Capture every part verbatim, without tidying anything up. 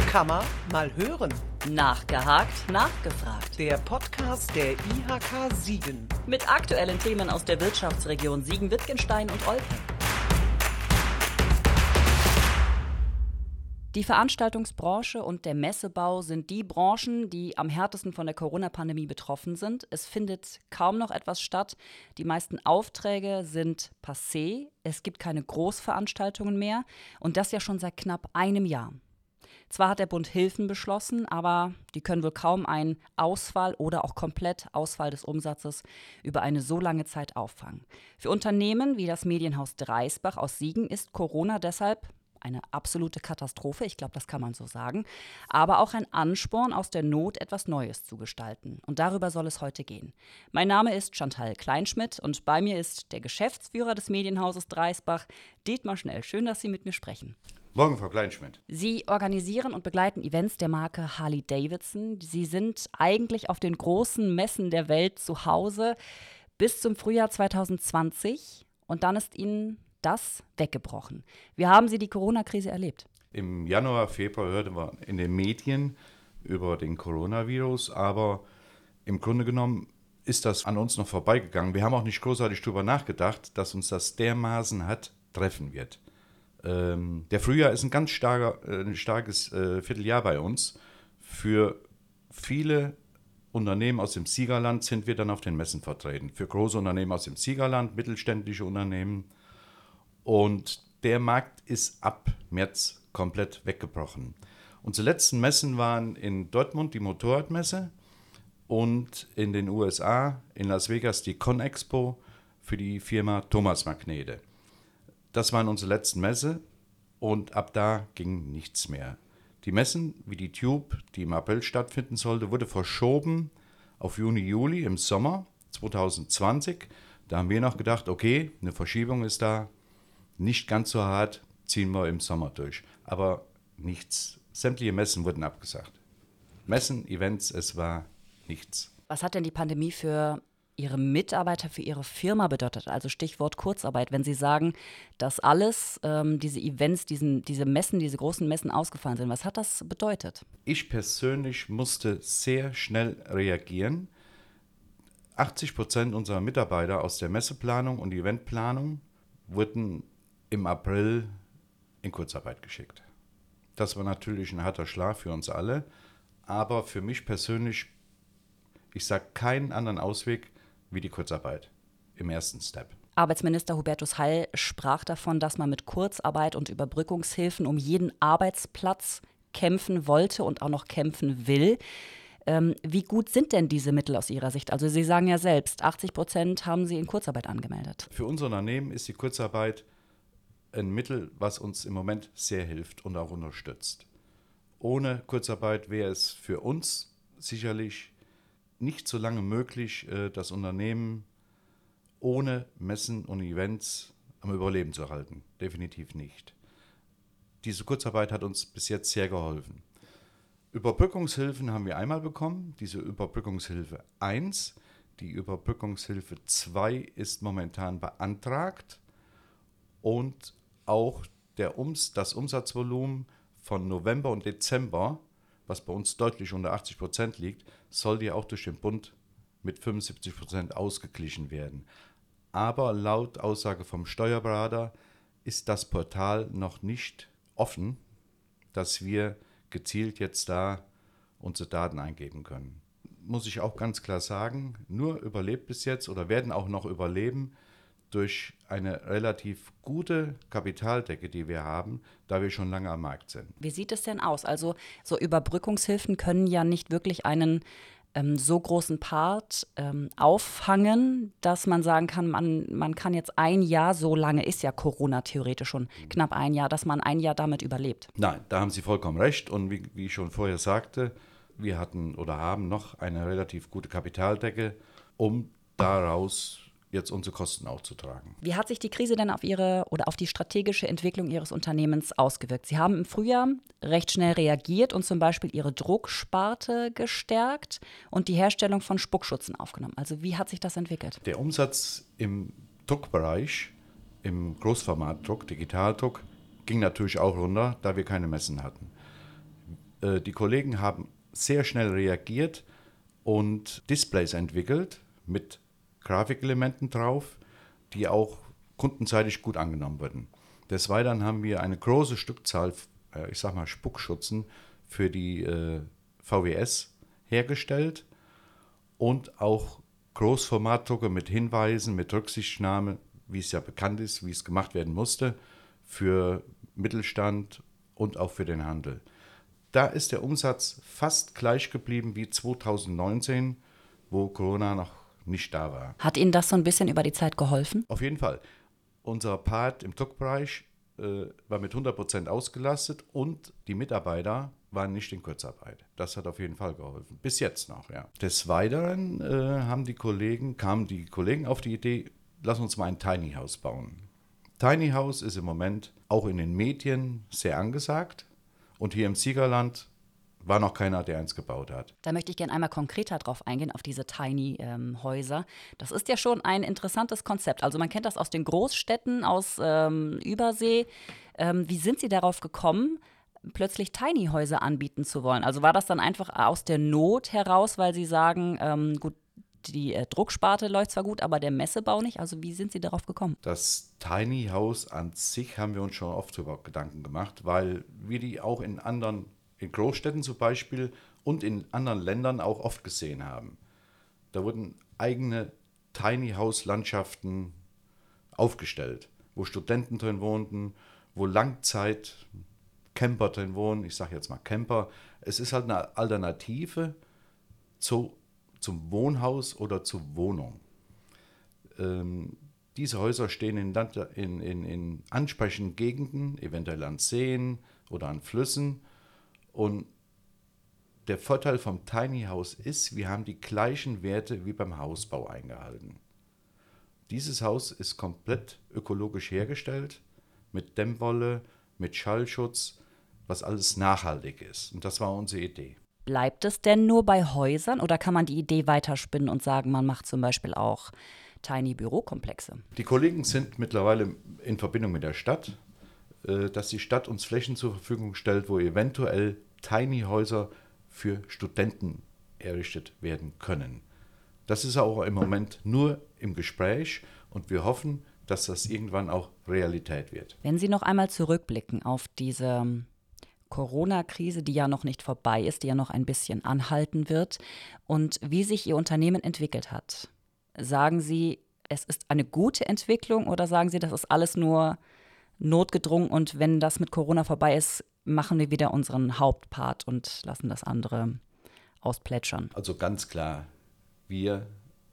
Kann man mal hören. Nachgehakt, nachgefragt. Der Podcast der I H K Siegen. Mit aktuellen Themen aus der Wirtschaftsregion Siegen-Wittgenstein und Olpe. Die Veranstaltungsbranche und der Messebau sind die Branchen, die am härtesten von der Corona-Pandemie betroffen sind. Es findet kaum noch etwas statt. Die meisten Aufträge sind passé. Es gibt keine Großveranstaltungen mehr. Und das ja schon seit knapp einem Jahr. Zwar hat der Bund Hilfen beschlossen, aber die können wohl kaum einen Ausfall oder auch komplett Ausfall des Umsatzes über eine so lange Zeit auffangen. Für Unternehmen wie das Medienhaus Dreisbach aus Siegen ist Corona deshalb eine absolute Katastrophe, ich glaube, das kann man so sagen, aber auch ein Ansporn, aus der Not etwas Neues zu gestalten. Und darüber soll es heute gehen. Mein Name ist Chantal Kleinschmidt und bei mir ist der Geschäftsführer des Medienhauses Dreisbach, Dietmar Schnell. Schön, dass Sie mit mir sprechen. Morgen, Frau Kleinschmidt. Sie organisieren und begleiten Events der Marke Harley-Davidson. Sie sind eigentlich auf den großen Messen der Welt zu Hause bis zum Frühjahr zwanzig zwanzig und dann ist Ihnen das weggebrochen. Wie haben Sie die Corona-Krise erlebt? Im Januar, Februar hörten wir in den Medien über den Coronavirus, aber im Grunde genommen ist das an uns noch vorbeigegangen. Wir haben auch nicht großartig darüber nachgedacht, dass uns das dermaßen hat treffen wird. Ähm, der Frühjahr ist ein ganz starker, äh, ein starkes äh, Vierteljahr bei uns. Für viele Unternehmen aus dem Siegerland sind wir dann auf den Messen vertreten. Für große Unternehmen aus dem Siegerland, mittelständische Unternehmen. Und der Markt ist ab März komplett weggebrochen. Unsere letzten Messen waren in Dortmund die Motorradmesse und in den U S A, in Las Vegas, die ConExpo für die Firma Thomas Magnete. Das waren unsere letzten Messe und ab da ging nichts mehr. Die Messen, wie die Tube, die im April stattfinden sollte, wurde verschoben auf Juni, Juli im Sommer zwanzig zwanzig. Da haben wir noch gedacht, okay, eine Verschiebung ist da. Nicht ganz so hart, ziehen wir im Sommer durch. Aber nichts. Sämtliche Messen wurden abgesagt. Messen, Events, es war nichts. Was hat denn die Pandemie für Ihre Mitarbeiter, für Ihre Firma bedeutet? Also Stichwort Kurzarbeit. Wenn Sie sagen, dass alles, ähm, diese Events, diesen, diese Messen, diese großen Messen ausgefallen sind, was hat das bedeutet? Ich persönlich musste sehr schnell reagieren. achtzig Prozent unserer Mitarbeiter aus der Messeplanung und Eventplanung wurden im April in Kurzarbeit geschickt. Das war natürlich ein harter Schlag für uns alle, aber für mich persönlich, ich sage keinen anderen Ausweg wie die Kurzarbeit im ersten Step. Arbeitsminister Hubertus Heil sprach davon, dass man mit Kurzarbeit und Überbrückungshilfen um jeden Arbeitsplatz kämpfen wollte und auch noch kämpfen will. Ähm, wie gut sind denn diese Mittel aus Ihrer Sicht? Also Sie sagen ja selbst, achtzig Prozent haben Sie in Kurzarbeit angemeldet. Für unser Unternehmen ist die Kurzarbeit ein Mittel, was uns im Moment sehr hilft und auch unterstützt. Ohne Kurzarbeit wäre es für uns sicherlich nicht so lange möglich, das Unternehmen ohne Messen und Events am Überleben zu halten. Definitiv nicht. Diese Kurzarbeit hat uns bis jetzt sehr geholfen. Überbrückungshilfen haben wir einmal bekommen, diese Überbrückungshilfe eins. Die Überbrückungshilfe zwei ist momentan beantragt und auch der Ums, das Umsatzvolumen von November und Dezember, was bei uns deutlich unter achtzig Prozent liegt, soll ja auch durch den Bund mit fünfundsiebzig Prozent ausgeglichen werden. Aber laut Aussage vom Steuerberater ist das Portal noch nicht offen, dass wir gezielt jetzt da unsere Daten eingeben können. Muss ich auch ganz klar sagen, nur überlebt bis jetzt oder werden auch noch überleben durch eine relativ gute Kapitaldecke, die wir haben, da wir schon lange am Markt sind. Wie sieht es denn aus? Also so Überbrückungshilfen können ja nicht wirklich einen ähm, so großen Part ähm, auffangen, dass man sagen kann, man, man kann jetzt ein Jahr, so lange ist ja Corona theoretisch schon, knapp ein Jahr, dass man ein Jahr damit überlebt. Nein, da haben Sie vollkommen recht. Und wie, wie ich schon vorher sagte, wir hatten oder haben noch eine relativ gute Kapitaldecke, um daraus jetzt unsere Kosten auch zu tragen. Wie hat sich die Krise denn auf Ihre oder auf die strategische Entwicklung Ihres Unternehmens ausgewirkt? Sie haben im Frühjahr recht schnell reagiert und zum Beispiel Ihre Drucksparte gestärkt und die Herstellung von Spuckschutzen aufgenommen. Also wie hat sich das entwickelt? Der Umsatz im Druckbereich, im Großformatdruck, Digitaldruck, ging natürlich auch runter, da wir keine Messen hatten. Äh, die Kollegen haben sehr schnell reagiert und Displays entwickelt mit Grafikelementen drauf, die auch kundenseitig gut angenommen wurden. Des Weiteren haben wir eine große Stückzahl, äh, ich sag mal Spuckschutzen für die äh, V W S hergestellt und auch Großformatdrucke mit Hinweisen, mit Rücksichtnahme, wie es ja bekannt ist, wie es gemacht werden musste, für Mittelstand und auch für den Handel. Da ist der Umsatz fast gleich geblieben wie zweitausendneunzehn, wo Corona noch nicht da war. Hat Ihnen das so ein bisschen über die Zeit geholfen? Auf jeden Fall. Unser Part im Druckbereich äh, war mit hundert Prozent ausgelastet und die Mitarbeiter waren nicht in Kurzarbeit. Das hat auf jeden Fall geholfen. Bis jetzt noch, ja. Des Weiteren äh, haben die Kollegen, kamen die Kollegen auf die Idee, lass uns mal ein Tiny House bauen. Tiny House ist im Moment auch in den Medien sehr angesagt. Und hier im Siegerland war noch keiner, der eins gebaut hat. Da möchte ich gerne einmal konkreter drauf eingehen, auf diese Tiny-Häuser. Ähm, das ist ja schon ein interessantes Konzept. Also man kennt das aus den Großstädten, aus ähm, Übersee. Ähm, wie sind Sie darauf gekommen, plötzlich Tiny-Häuser anbieten zu wollen? Also war das dann einfach aus der Not heraus, weil Sie sagen, ähm, gut, die äh, Drucksparte läuft zwar gut, aber der Messebau nicht. Also wie sind Sie darauf gekommen? Das Tiny House an sich haben wir uns schon oft darüber Gedanken gemacht, weil wir die auch in anderen, in Großstädten zum Beispiel und in anderen Ländern auch oft gesehen haben. Da wurden eigene Tiny House Landschaften aufgestellt, wo Studenten drin wohnten, wo Langzeit Camper drin wohnen. Ich sage jetzt mal Camper. Es ist halt eine Alternative zu zum Wohnhaus oder zur Wohnung. Ähm, diese Häuser stehen in, Land, in, in, in ansprechenden Gegenden, eventuell an Seen oder an Flüssen. Und der Vorteil vom Tiny House ist, wir haben die gleichen Werte wie beim Hausbau eingehalten. Dieses Haus ist komplett ökologisch hergestellt, mit Dämmwolle, mit Schallschutz, was alles nachhaltig ist. Und das war unsere Idee. Bleibt es denn nur bei Häusern oder kann man die Idee weiterspinnen und sagen, man macht zum Beispiel auch Tiny-Bürokomplexe? Die Kollegen sind mittlerweile in Verbindung mit der Stadt, dass die Stadt uns Flächen zur Verfügung stellt, wo eventuell Tiny-Häuser für Studenten errichtet werden können. Das ist auch im Moment nur im Gespräch und wir hoffen, dass das irgendwann auch Realität wird. Wenn Sie noch einmal zurückblicken auf diese Corona-Krise, die ja noch nicht vorbei ist, die ja noch ein bisschen anhalten wird und wie sich Ihr Unternehmen entwickelt hat. Sagen Sie, es ist eine gute Entwicklung oder sagen Sie, das ist alles nur notgedrungen und wenn das mit Corona vorbei ist, machen wir wieder unseren Hauptpart und lassen das andere ausplätschern? Also ganz klar, wir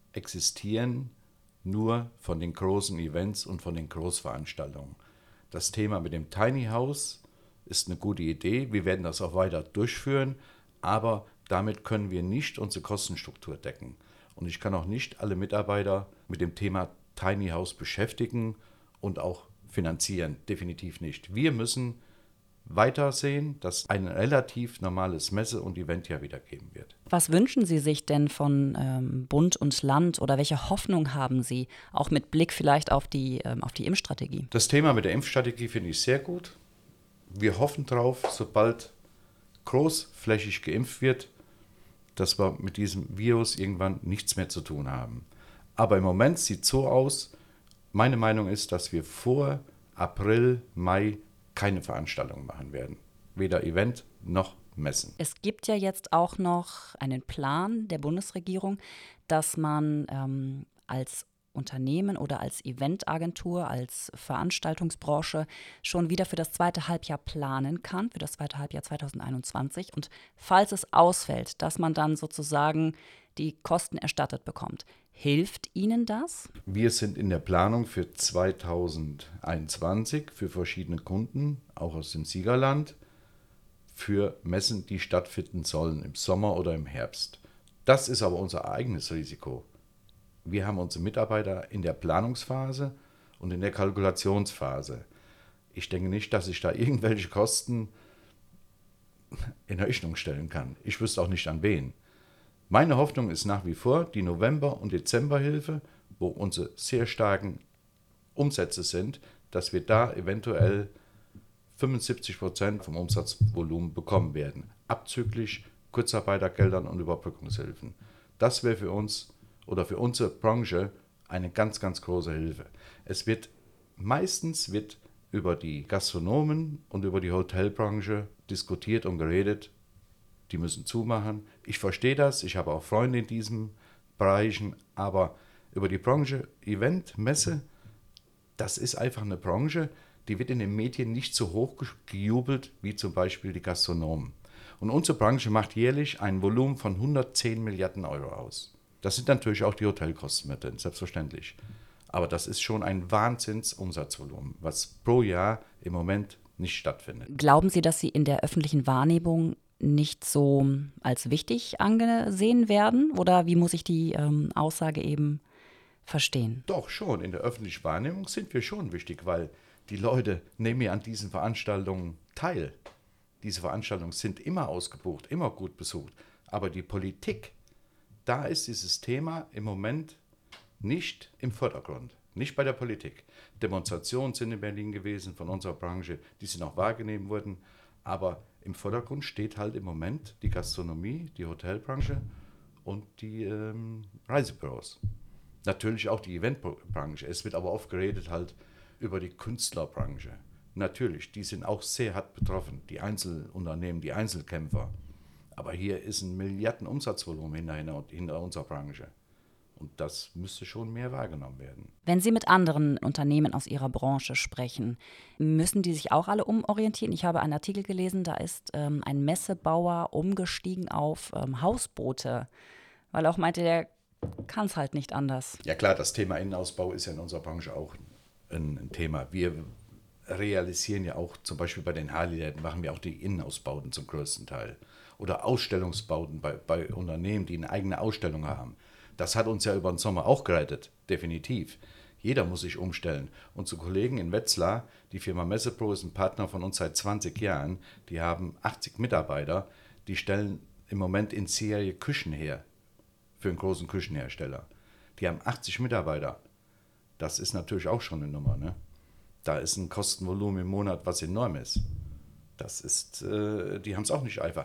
existieren nur von den großen Events und von den Großveranstaltungen. Das Thema mit dem Tiny House ist eine gute Idee. Wir werden das auch weiter durchführen, aber damit können wir nicht unsere Kostenstruktur decken. Und ich kann auch nicht alle Mitarbeiter mit dem Thema Tiny House beschäftigen und auch finanzieren. Definitiv nicht. Wir müssen weitersehen, dass ein relativ normales Messe- und Eventjahr wieder geben wird. Was wünschen Sie sich denn von ähm, Bund und Land oder welche Hoffnung haben Sie, auch mit Blick vielleicht auf die, ähm, auf die Impfstrategie? Das Thema mit der Impfstrategie finde ich sehr gut. Wir hoffen darauf, sobald großflächig geimpft wird, dass wir mit diesem Virus irgendwann nichts mehr zu tun haben. Aber im Moment sieht es so aus, meine Meinung ist, dass wir vor April, Mai keine Veranstaltungen machen werden. Weder Event noch Messen. Es gibt ja jetzt auch noch einen Plan der Bundesregierung, dass man ähm, als Unternehmen oder als Eventagentur, als Veranstaltungsbranche schon wieder für das zweite Halbjahr planen kann, für das zweite Halbjahr zweitausendeinundzwanzig. Und falls es ausfällt, dass man dann sozusagen die Kosten erstattet bekommt. Hilft Ihnen das? Wir sind in der Planung für zweitausendeinundzwanzig für verschiedene Kunden, auch aus dem Siegerland, für Messen, die stattfinden sollen im Sommer oder im Herbst. Das ist aber unser eigenes Risiko. Wir haben unsere Mitarbeiter in der Planungsphase und in der Kalkulationsphase. Ich denke nicht, dass ich da irgendwelche Kosten in Rechnung stellen kann. Ich wüsste auch nicht an wen. Meine Hoffnung ist nach wie vor die November- und Dezemberhilfe, wo unsere sehr starken Umsätze sind, dass wir da eventuell fünfundsiebzig Prozent vom Umsatzvolumen bekommen werden. abzüglich Kurzarbeitergeldern und Überbrückungshilfen. Das wäre für uns oder für unsere Branche eine ganz, ganz große Hilfe. Es wird meistens wird über die Gastronomen und über die Hotelbranche diskutiert und geredet. Die müssen zumachen. Ich verstehe das, ich habe auch Freunde in diesen Bereichen, aber über die Branche, Event, Messe, das ist einfach eine Branche, die wird in den Medien nicht so hoch gejubelt wie zum Beispiel die Gastronomen. Und unsere Branche macht jährlich ein Volumen von hundertzehn Milliarden Euro aus. Das sind natürlich auch die Hotelkosten mit drin, selbstverständlich. Aber das ist schon ein Wahnsinnsumsatzvolumen, was pro Jahr im Moment nicht stattfindet. Glauben Sie, dass Sie in der öffentlichen Wahrnehmung nicht so als wichtig angesehen werden? Oder wie muss ich die ähm, Aussage eben verstehen? Doch schon, in der öffentlichen Wahrnehmung sind wir schon wichtig, weil die Leute nehmen ja an diesen Veranstaltungen teil. Diese Veranstaltungen sind immer ausgebucht, immer gut besucht. Aber die Politik, da ist dieses Thema im Moment nicht im Vordergrund, nicht bei der Politik. Demonstrationen sind in Berlin gewesen von unserer Branche, die sind auch wahrgenommen worden. Aber im Vordergrund steht halt im Moment die Gastronomie, die Hotelbranche und die ähm, Reisebüros. Natürlich auch die Eventbranche. Es wird aber oft geredet halt über die Künstlerbranche. Natürlich, die sind auch sehr hart betroffen, die Einzelunternehmen, die Einzelkämpfer. Aber hier ist ein Milliardenumsatzvolumen hinter, hinter unserer Branche. Und das müsste schon mehr wahrgenommen werden. Wenn Sie mit anderen Unternehmen aus Ihrer Branche sprechen, müssen die sich auch alle umorientieren? Ich habe einen Artikel gelesen, da ist ähm, ein Messebauer umgestiegen auf ähm, Hausboote, weil er auch meinte, der kann es halt nicht anders. Ja klar, das Thema Innenausbau ist ja in unserer Branche auch ein, ein Thema. Wir realisieren ja auch, zum Beispiel bei den Harley-Läden machen wir auch die Innenausbauten zum größten Teil. Oder Ausstellungsbauten bei, bei Unternehmen, die eine eigene Ausstellung haben. Das hat uns ja über den Sommer auch gerettet, definitiv. Jeder muss sich umstellen. Unsere Kollegen in Wetzlar, die Firma Messepro ist ein Partner von uns seit zwanzig Jahren, die haben achtzig Mitarbeiter, die stellen im Moment in Serie Küchen her, für einen großen Küchenhersteller. Die haben achtzig Mitarbeiter. Das ist natürlich auch schon eine Nummer, ne? Da ist ein Kostenvolumen im Monat, was enorm ist. Das ist, äh, die haben es auch nicht einfach.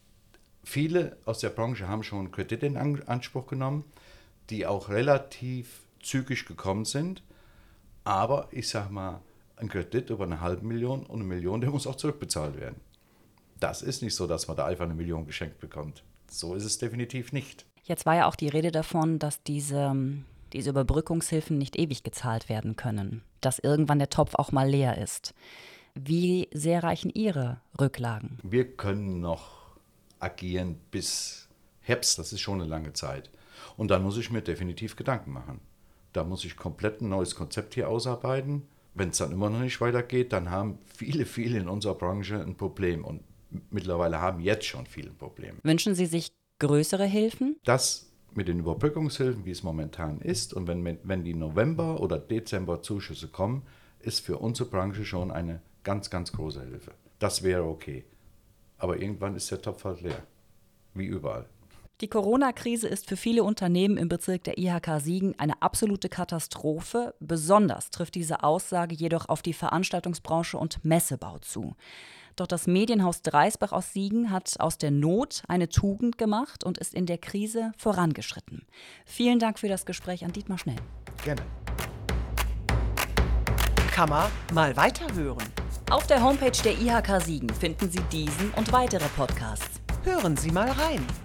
Viele aus der Branche haben schon Kredite in Anspruch genommen, die auch relativ zügig gekommen sind. Aber ich sag mal, ein Kredit über eine halbe Million und eine Million, der muss auch zurückbezahlt werden. Das ist nicht so, dass man da einfach eine Million geschenkt bekommt. So ist es definitiv nicht. Jetzt war ja auch die Rede davon, dass diese, diese Überbrückungshilfen nicht ewig gezahlt werden können, dass irgendwann der Topf auch mal leer ist. Wie sehr reichen Ihre Rücklagen? Wir können noch agieren bis Herbst, das ist schon eine lange Zeit. Und dann muss ich mir definitiv Gedanken machen. Da muss ich komplett ein neues Konzept hier ausarbeiten. Wenn es dann immer noch nicht weitergeht, dann haben viele, viele in unserer Branche ein Problem. Und mittlerweile haben jetzt schon viele ein Problem. Wünschen Sie sich größere Hilfen? Das mit den Überbrückungshilfen, wie es momentan ist, und wenn, wenn die November- oder Dezember-Zuschüsse kommen, ist für unsere Branche schon eine ganz, ganz große Hilfe. Das wäre okay. Aber irgendwann ist der Topf halt leer. Wie überall. Die Corona-Krise ist für viele Unternehmen im Bezirk der I H K Siegen eine absolute Katastrophe. Besonders trifft diese Aussage jedoch auf die Veranstaltungsbranche und Messebau zu. Doch das Medienhaus Dreisbach aus Siegen hat aus der Not eine Tugend gemacht und ist in der Krise vorangeschritten. Vielen Dank für das Gespräch an Dietmar Schnell. Gerne. Kann man mal weiterhören. Auf der Homepage der I H K Siegen finden Sie diesen und weitere Podcasts. Hören Sie mal rein.